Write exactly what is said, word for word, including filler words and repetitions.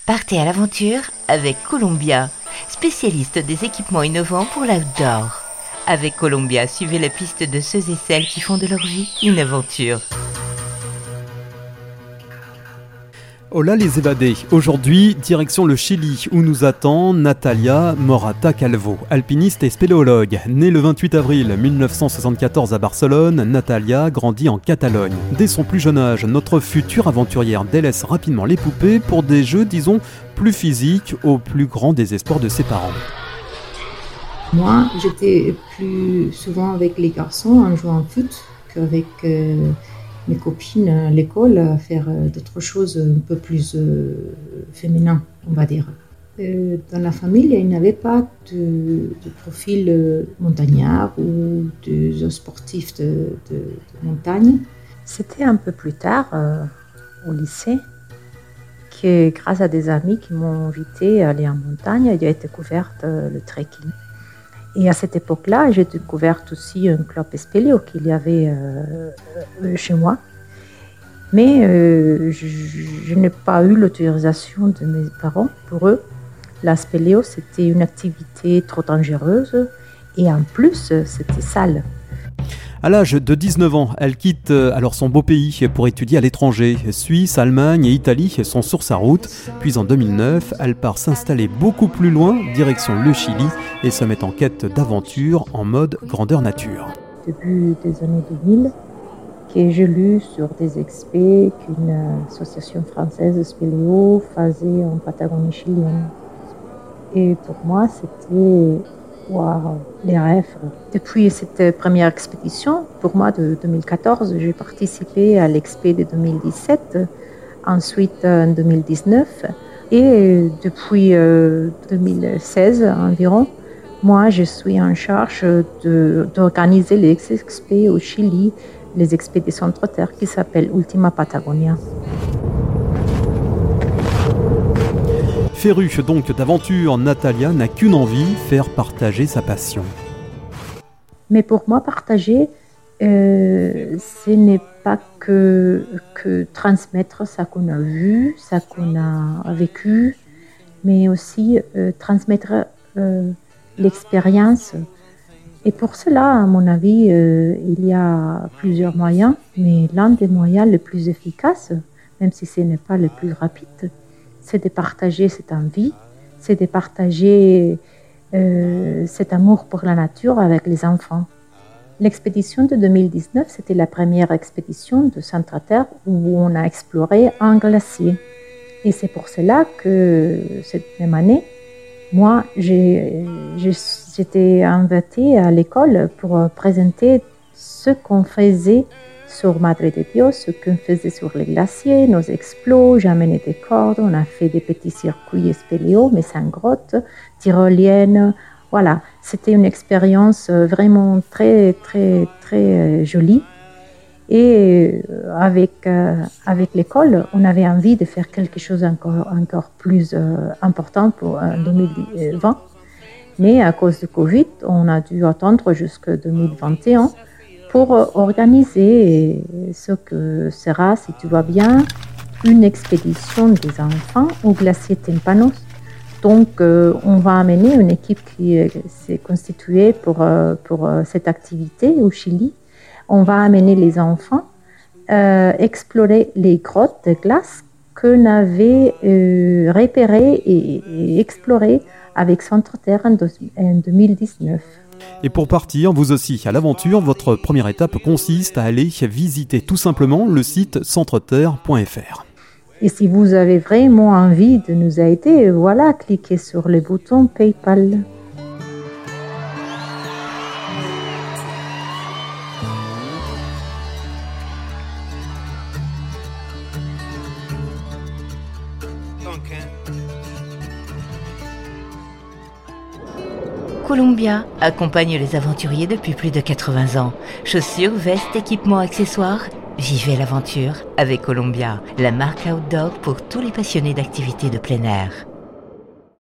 Partez à l'aventure avec Columbia, spécialiste des équipements innovants pour l'outdoor. Avec Columbia, suivez la piste de ceux et celles qui font de leur vie une aventure. Hola les évadés, aujourd'hui direction le Chili où nous attend Natalia Morata Calvo, alpiniste et spéléologue. Née le vingt-huit avril mille neuf cent soixante-quatorze à Barcelone, Natalia grandit en Catalogne. Dès son plus jeune âge, notre future aventurière délaisse rapidement les poupées pour des jeux, disons, plus physiques, au plus grand désespoir de ses parents. Moi, j'étais plus souvent avec les garçons en jouant au foot qu'avec euh, mes copines à l'école à faire euh, d'autres choses un peu plus euh, féminines, on va dire. Euh, dans la famille, il n'y avait pas de, de profil euh, montagnard ou de sportifs de, de, de montagne. C'était un peu plus tard, euh, au lycée, que grâce à des amis qui m'ont invité à aller en montagne, j'ai découvert euh, le trekking. Et à cette époque-là, j'ai découvert aussi un club spéléo qu'il y avait euh, euh, chez moi. Mais euh, je, je n'ai pas eu l'autorisation de mes parents. Pour eux, la spéléo, c'était une activité trop dangereuse et en plus, c'était sale. À l'âge de dix-neuf ans, elle quitte alors son beau pays pour étudier à l'étranger. Suisse, Allemagne et Italie sont sur sa route. Puis en deux mille neuf, elle part s'installer beaucoup plus loin, direction le Chili, et se met en quête d'aventure en mode grandeur nature. Début des années deux mille, que j'ai lu sur des expés qu'une association française de spéléo faisait en Patagonie chilienne. Et pour moi, c'était... Waouh, les rêves. Depuis cette première expédition, pour moi de deux mille quatorze, j'ai participé à l'expé de deux mille dix-sept, ensuite en deux mille dix-neuf et depuis euh, deux mille seize environ, moi je suis en charge de, d'organiser les expés au Chili, les expés des centres-terre qui s'appellent Ultima Patagonia. Férue donc d'aventure, Natalia n'a qu'une envie, faire partager sa passion. Mais pour moi, partager, euh, ce n'est pas que, que transmettre ça qu'on a vu, ça qu'on a vécu, mais aussi euh, transmettre euh, l'expérience. Et pour cela, à mon avis, euh, il y a plusieurs moyens, mais l'un des moyens les plus efficaces, même si ce n'est pas le plus rapide, c'est de partager cette envie, c'est de partager euh, cet amour pour la nature avec les enfants. L'expédition de deux mille dix-neuf, c'était la première expédition de Centre-Terre où on a exploré un glacier. Et c'est pour cela que cette même année, moi, j'ai, j'ai, j'étais invitée à l'école pour présenter ce qu'on faisait sur Madre de Dios, ce qu'on faisait sur les glaciers, nos explos, j'ai amené des cordes, on a fait des petits circuits spéléo, mais sans grotte, tyrolienne, voilà. C'était une expérience vraiment très, très, très jolie. Et avec, euh, avec l'école, on avait envie de faire quelque chose encore, encore plus euh, important pour euh, deux mille vingt. Mais à cause du Covid, on a dû attendre jusqu'en deux mille vingt et un pour organiser ce que sera, si tu vas bien, une expédition des enfants au glacier Tempanos. Donc, euh, on va amener une équipe qui euh, s'est constituée pour, euh, pour euh, cette activité au Chili. On va amener les enfants euh, explorer les grottes de glace qu'on avait euh, repérées et, et explorées avec Centre-Terre en, en deux mille dix-neuf. Et pour partir, vous aussi, à l'aventure, votre première étape consiste à aller visiter tout simplement le site centreterre point f r. Et si vous avez vraiment envie de nous aider, voilà, cliquez sur le bouton PayPal. Columbia accompagne les aventuriers depuis plus de quatre-vingts ans. Chaussures, vestes, équipements, accessoires, vivez l'aventure avec Columbia, la marque outdoor pour tous les passionnés d'activités de plein air.